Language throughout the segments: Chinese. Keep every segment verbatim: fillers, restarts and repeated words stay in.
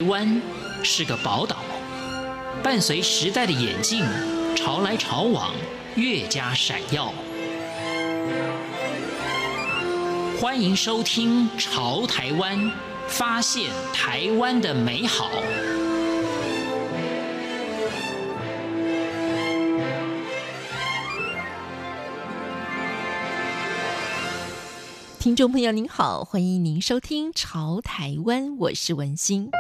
湾是个宝岛，伴随时代的演进，潮来潮往，越加闪耀。欢迎收听《潮台湾》，发现台湾的美好。 听众朋友您好，欢迎您收听《潮台湾》，我是文心。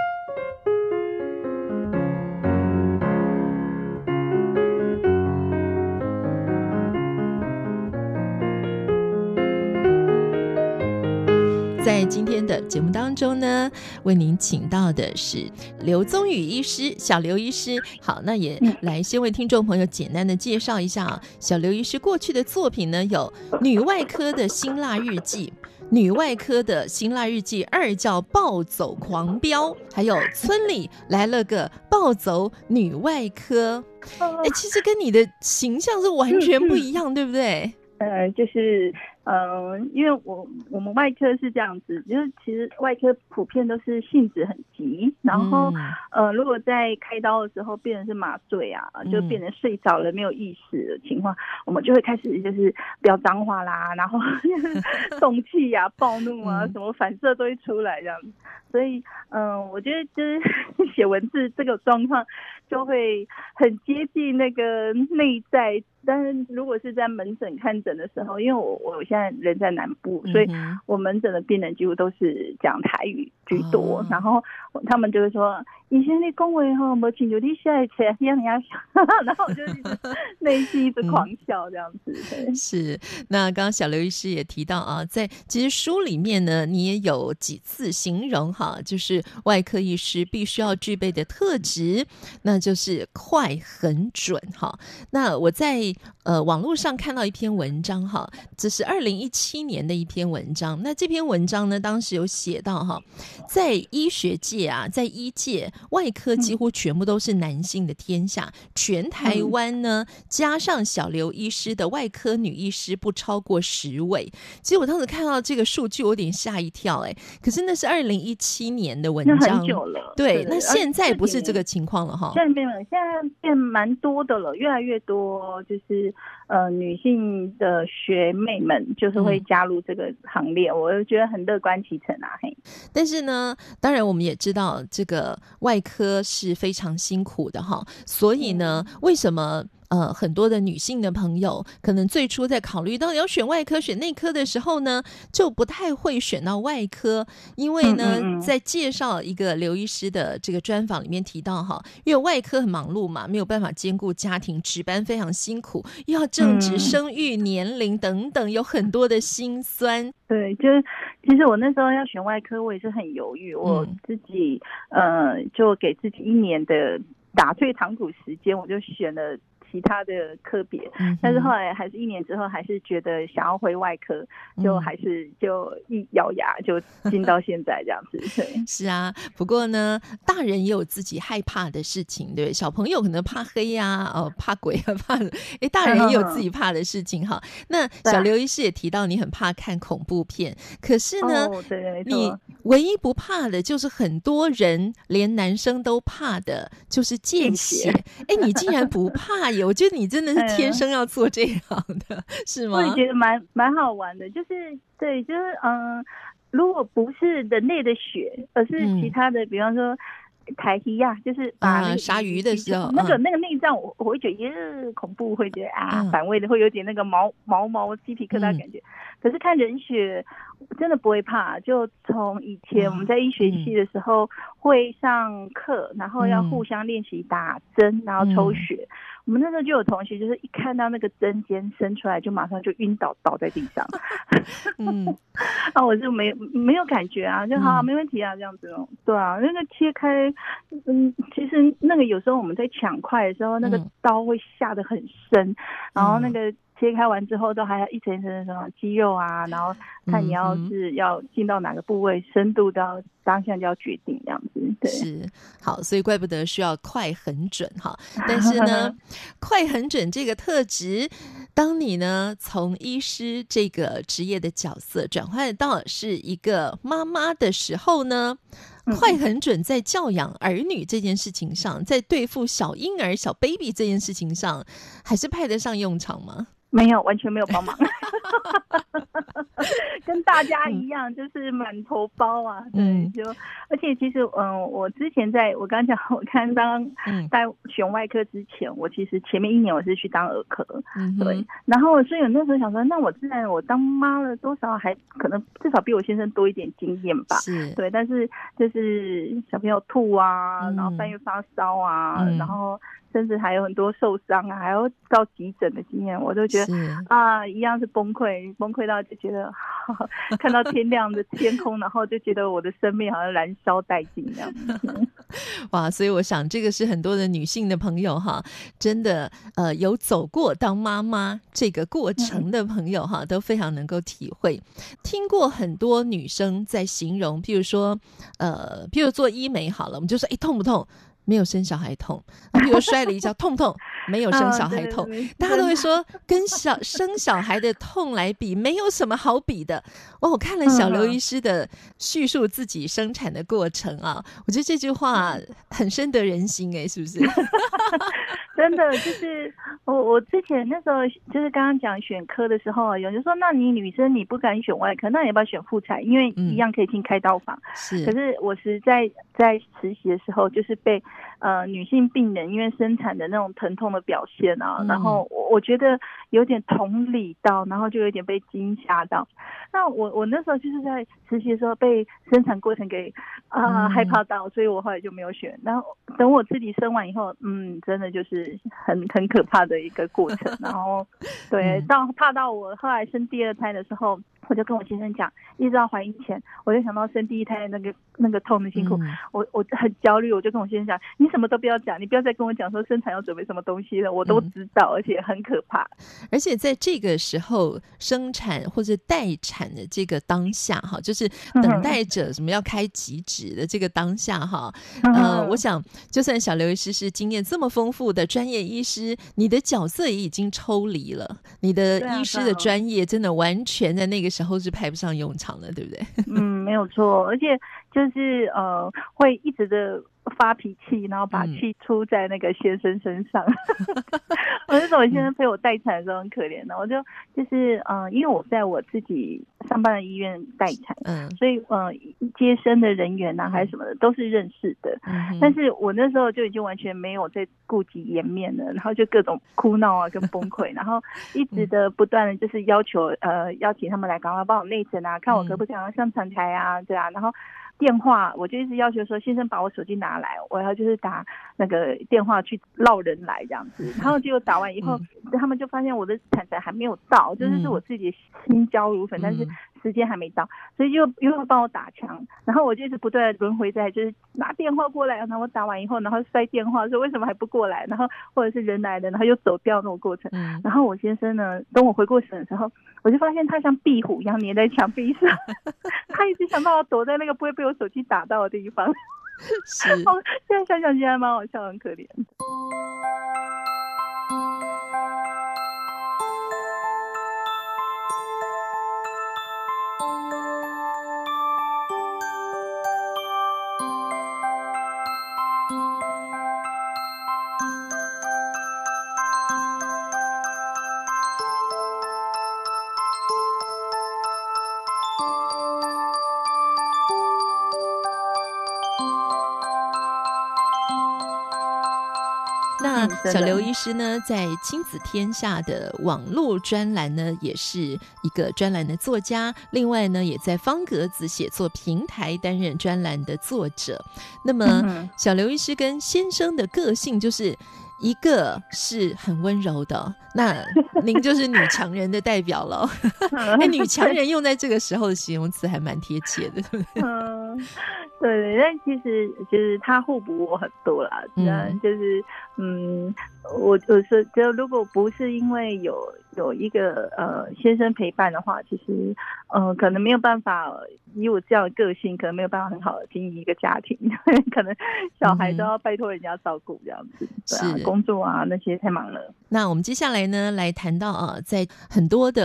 在今天的节目当中呢，为您请到的是刘宗宇医师，小刘医师。好，那也来先为听众朋友简单的介绍一下啊，小刘医师过去的作品呢，有女外科的辛辣日记、女外科的辛辣日记二叫暴走狂飙，还有村里来了个暴走女外科。哎，其实跟你的形象是完全不一样，对不对？ 呃，就是呃，因为我我们外科是这样子，就是其实外科普遍都是性子很急，然后、嗯、呃，如果在开刀的时候变成是麻醉啊，就变成睡着了没有意识的情况，嗯、我们就会开始就是飙脏话啦，然后动气啊、暴怒啊，什么反射都会出来这样子。所以，嗯、呃，我觉得就是写文字这个状况就会很接近那个内在。但是如果是在门诊看诊的时候，因为我我现在人在南部，所以我门诊的病人几乎都是讲台语居多，哦、然后他们就会说：“以前你讲话吼，没请求你现在切这样样。”然后我就一直内心一直狂笑这样子。嗯、 是，那刚刚小刘医师也提到啊，在其实书里面呢，你也有几次形容哈，就是外科医师必须要具备的特质，那就是快很准哈。那我在呃，网络上看到一篇文章哈，这是二零一七年的一篇文章。那这篇文章呢，当时有写到哈，在医学界啊，在医界，外科几乎全部都是男性的天下。嗯、全台湾呢，加上小刘医师的外科女医师不超过十位。其实我当时看到这个数据，我有点吓一跳哎、欸。可是那是二零一七年的文章， 那很久了。 对，那现在不是这个情况了哈。 现在变了，现在变蛮多的了，越来越多。就是呃，女性的学妹们就是会加入这个行列，嗯、我觉得很乐观其成啊。嘿， 但是呢，当然我们也知道这个外科是非常辛苦的哈，所以呢，嗯、为什么？呃，很多的女性的朋友可能最初在考虑到底要选外科选内科的时候呢，就不太会选到外科，因为呢嗯嗯嗯在介绍一个刘医师的这个专访里面提到哈，因为外科很忙碌嘛，没有办法兼顾家庭，值班非常辛苦，又要正值生育年龄等等，有很多的辛酸。 对，就是其实我那时候要选外科，我也是很犹豫，我自己、嗯、呃就给自己一年的打退堂鼓时间，我就选了其他的科别，但是后来还是一年之后，还是觉得想要回外科，就还是就一咬牙就进到现在这样子。对， 是啊，不过呢，大人也有自己害怕的事情，对，小朋友可能怕黑呀、啊，哦，怕鬼啊，怕，哎，大人也有自己怕的事情哈。那小刘医师也提到你很怕看恐怖片，可是呢， 哦、对你唯一不怕的就是很多人连男生都怕的，就是见血。哎，你竟然不怕耶？我觉得你真的是天生要做这行的，嗯、是吗？ 我也觉得蛮蛮好玩的，就是对，就是嗯、呃，如果不是人类的血，而是其他的，嗯、比方说台鱼啊，就是把那个鲨鱼的时候， 那个那个内脏，我我会觉得耶恐怖，会觉得啊、嗯、反胃的，会有点那个毛毛毛鸡皮疙瘩感觉。嗯、可是看人血真的不会怕，就从以前我们在医学系的时候会上课，然后要互相练习打针，然后抽血。嗯我们那时候就有同学，就是一看到那个针尖伸出来，就马上就晕倒倒在地上。嗯，啊，我就没没有感觉啊，就好、啊，没问题啊，这样子哦。对啊，那个切开，嗯，其实那个有时候我们在抢快的时候，那个刀会下得很深，嗯、然后那个切开完之后，都还要一层一层的什么肌肉啊，然后看你要是要进到哪个部位，深度到当下就要决定这样子。对， 是好，所以怪不得需要快很准哈。但是呢，快很准这个特质，当你呢从医师这个职业的角色转换到是一个妈妈的时候呢， 快很准在教养儿女这件事情上，在对付小婴儿小 baby 这件事情上，还是派得上用场吗？ 没有，完全没有帮忙。跟大家一样，就是满头包啊。 嗯， 对，就而且其实，嗯，我之前在我刚刚讲，我看当在选外科之前，我其实前面一年我是去当儿科，嗯、对。然后所以我那时候想说，那我自然我当妈了，多少还可能至少比我先生多一点经验吧。 是， 对。但是就是小朋友吐啊，嗯、然后半夜发烧啊，嗯、然后甚至还有很多受伤啊，还要到急诊的经验，我都觉得啊，一样是崩溃，崩溃到就觉得呵呵看到天亮的天空，然后就觉得我的生命好像燃烧殆尽这样子。 哇，所以我想这个是很多的女性的朋友哈，真的呃有走过当妈妈这个过程的朋友哈，都非常能够体会。听过很多女生在形容，譬如说呃，譬如做医美好了，我们就说哎痛不痛？没有生小孩痛，比如摔了一跤痛不痛？没有生小孩痛，哦、对对对，大家都会说跟小生小孩的痛来比，没有什么好比的。哦，我看了小刘医师的叙述自己生产的过程啊，我觉得这句话很深得人心哎，是不是？ 真的就是我我之前那时候就是刚刚讲选科的时候，有人说那你女生你不敢选外科，那你要不要选妇产？因为一样可以进开刀房。嗯、是，可是我实在在实习的时候，就是被呃女性病人因为生产的那种疼痛的表现啊，嗯、然后我我觉得有点同理到，然后就有点被惊吓到。那我我那时候就是在实习的时候被生产过程给啊、呃嗯、害怕到，所以我后来就没有选。然后等我自己生完以后，嗯，真的就是很很可怕的一个过程。然后对，到怕到我后来生第二胎的时候，我就跟我先生讲，一直到怀孕前，我就想到生第一胎那个那个痛的辛苦，嗯、我我很焦虑，我就跟我先生讲，你什么都不要讲，你不要再跟我讲说生产要准备什么东西了，我都知道，嗯、而且很可怕。 而且在这个时候生产或者待产的这个当下哈，就是等待着什么要开极指的这个当下哈，嗯、呃，我想就算小刘医师是经验这么丰富的专业医师，你的角色也已经抽离了，你的医师的专业真的完全在那个时候是派不上用场的，对不对？ 嗯，没有错，而且就是呃，会一直的发脾气，然后把气出在那个先生身上。嗯、我那时候我先生陪我待产的时候很可怜的，我就就是呃，因为我在我自己上班的医院待产，嗯，所以呃，接生的人员啊还是什么的都是认识的，嗯、但是我那时候就已经完全没有在顾及颜面了，然后就各种哭闹啊跟崩溃，然后一直的不断的就是要求呃邀请他们来赶快帮我内诊啊，看我可不可以赶快上产台啊，对啊，然后电话我就一直要求说，先生把我手机拿来，我要就是打那个电话去绕人来这样子，然后结果打完以后，嗯、他们就发现我的产程还没有到，就是是我自己心焦如焚，嗯、但是时间还没到，所以就又会帮我打枪，然后我就一直不断的轮回在就是拿电话过来，然后我打完以后，然后摔电话说为什么还不过来，然后或者是人来的，然后又走掉那种过程，嗯、然后我先生呢，等我回过神的时候，我就发现他像壁虎一样粘在墙壁上，他一直想办法躲在那个不会被我手机打到的地方。是，现在想想起来蛮好笑，很可怜。 那小刘医师呢，在亲子天下的网络专栏呢，也是一个专栏的作家，另外呢，也在方格子写作平台担任专栏的作者。那么小刘医师跟先生的个性就是一个是很温柔的，那您就是女强人的代表了。哎，女强人用在这个时候的形容词还蛮贴切的，对不对？ 嗯，对对，但其实就是他互补我很多啦，嗯，就是嗯，我我是就如果不是因为有有一个呃先生陪伴的话，其实呃可能没有办法以我这样的个性，可能没有办法很好的经营一个家庭，可能小孩都要拜托人家照顾这样子，对啊，工作啊那些太忙了。 那我们接下来呢，来谈到啊，在很多的爸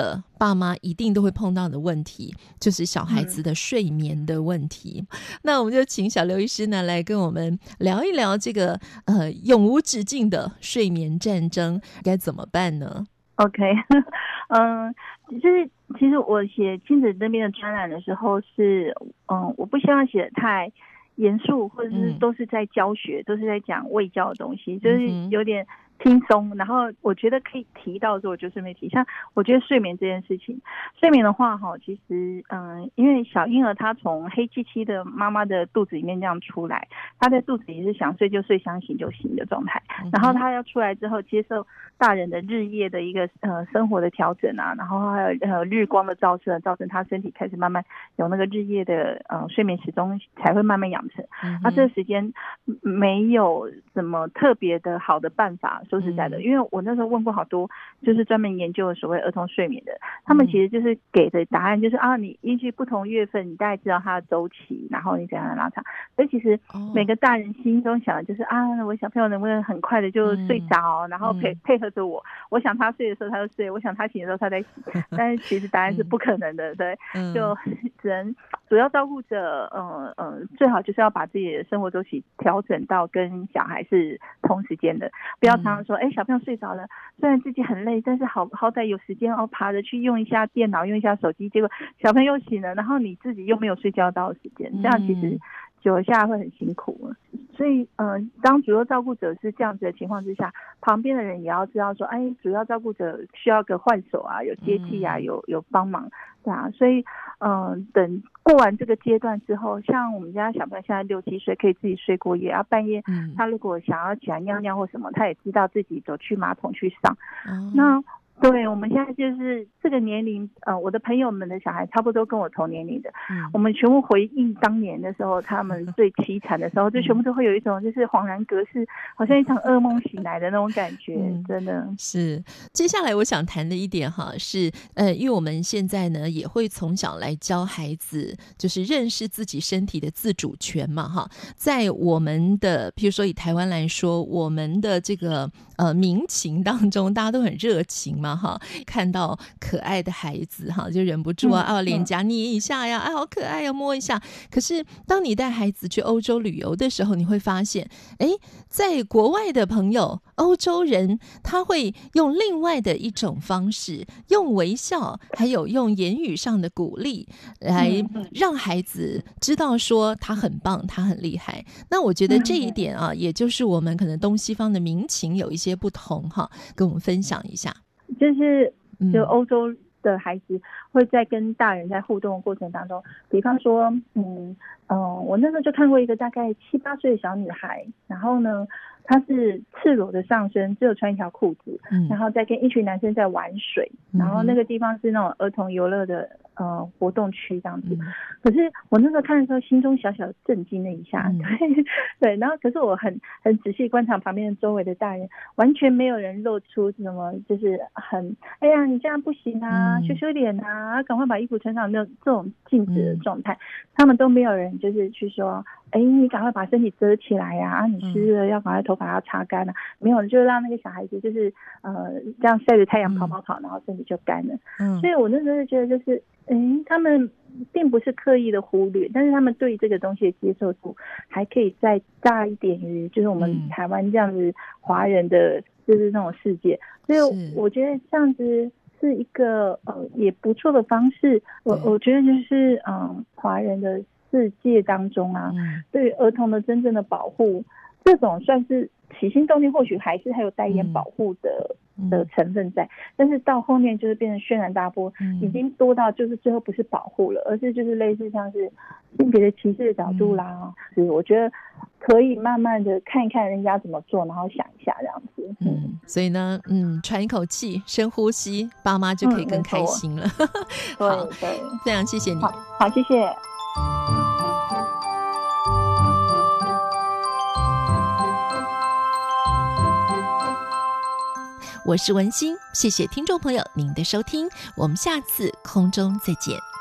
爸妈一定都会碰到的问题，就是小孩子的睡眠的问题。嗯、那我们就请小刘医师呢来跟我们聊一聊这个呃永无止境的睡眠战争该怎么办呢？ OK 嗯，就是其实我写亲子那边的专栏的时候是嗯，我不希望写得太严肃，或者是都是在教学、嗯、都是在讲卫教的东西，就是有点轻松，然后我觉得可以提到的时候我就顺便提。像我觉得睡眠这件事情，睡眠的话哈，其实嗯，因为小婴儿他从黑漆漆的妈妈的肚子里面这样出来，他在肚子里是想睡就睡想醒就醒的状态，然后他要出来之后接受大人的日夜的一个呃生活的调整啊，然后还有呃日光的照射，造成他身体开始慢慢有那个日夜的呃睡眠时钟才会慢慢养成。嗯、那这个时间没有什么特别的好的办法，说实在的，因为我那时候问过好多就是专门研究所谓儿童睡眠的，他们其实就是给的答案就是啊，你依据不同月份你大概知道它的周期，然后你怎样拉长。所以其实每个大人心中想的就是啊，我小朋友能不能很快的就睡着，然后配配合着我，我想他睡的时候他就睡，我想他醒的时候他在醒。但是其实答案是不可能的，对，就只能主要照顾者，嗯嗯，最好就是要把自己的生活周期调整到跟小孩是同时间的，不要常常说，哎、欸，小朋友睡着了，虽然自己很累，但是好好歹有时间哦，爬着去用一下电脑，用一下手机，结果小朋友醒了，然后你自己又没有睡觉到的时间，这样其实久下来会很辛苦。所以，嗯、呃，当主要照顾者是这样子的情况之下，旁边的人也要知道说，哎，主要照顾者需要个换手啊，有接替啊，有有帮忙，对啊。所以，嗯、呃，等过完这个阶段之后，像我们家小朋友现在六七岁，可以自己睡过夜啊，半夜他如果想要起来尿尿或什么，他也知道自己走去马桶去上。嗯、那对，我们现在就是这个年龄，呃，我的朋友们的小孩差不多跟我同年龄的，嗯、我们全部回忆当年的时候，他们最凄惨的时候，就全部都会有一种就是恍然隔世，好像一场噩梦醒来的那种感觉，嗯、真的是。接下来我想谈的一点哈，是呃，因为我们现在呢也会从小来教孩子，就是认识自己身体的自主权嘛哈。在我们的，譬如说以台湾来说，我们的这个呃民情当中，大家都很热情嘛哈，看到可爱的孩子哈，就忍不住啊，嗯、啊脸颊捏一下呀，啊好可爱呀，摸一下。可是当你带孩子去欧洲旅游的时候，你会发现，哎，在国外的朋友，欧洲人他会用另外的一种方式，用微笑，还有用言语上的鼓励，来让孩子知道说他很棒，他很厉害。那我觉得这一点啊，也就是我们可能东西方的民情有一些不同哈，跟我们分享一下。 就是就欧洲的孩子会在跟大人在互动的过程当中，比方说嗯嗯、呃，我那时候就看过一个大概七八岁的小女孩，然后呢她是赤裸的上身，只有穿一条裤子，嗯、然后再跟一群男生在玩水，然后那个地方是那种儿童游乐的呃活动区这样子。嗯、可是我那时候看的时候，心中小小的震惊了一下，嗯、对对，然后可是我很很仔细观察旁边的周围的大人，完全没有人露出什么就是很哎呀你这样不行啊，羞羞脸啊，赶快把衣服穿上，那这种禁止的状态，嗯、他们都没有人就是去说，哎，你赶快把身体遮起来呀、啊！啊，你湿了要赶快头发要擦干了、啊，没有，就让那个小孩子就是呃这样晒着太阳跑跑跑，嗯、然后身体就干了。嗯，所以我那时候觉得就是，哎，他们并不是刻意的忽略，但是他们对这个东西的接受度还可以再大一点于就是我们台湾这样子华人的就是那种世界，所以我觉得这样子是一个呃也不错的方式。我我觉得就是嗯华人的世界当中啊，嗯、对于儿童的真正的保护，这种算是起心动念，或许还是还有带一点保护的、嗯、的成分在，但是到后面就是变成轩然大波，嗯、已经多到就是最后不是保护了，而是就是类似像是性别的歧视的角度啦。嗯、我觉得可以慢慢的看一看人家怎么做，然后想一下这样子。嗯， 嗯所以呢，嗯，喘一口气，深呼吸，爸妈就可以更开心了。 嗯、好，对， 非常谢谢你。 好，好谢谢。 我是文心，谢谢听众朋友您的收听，我们下次空中再见。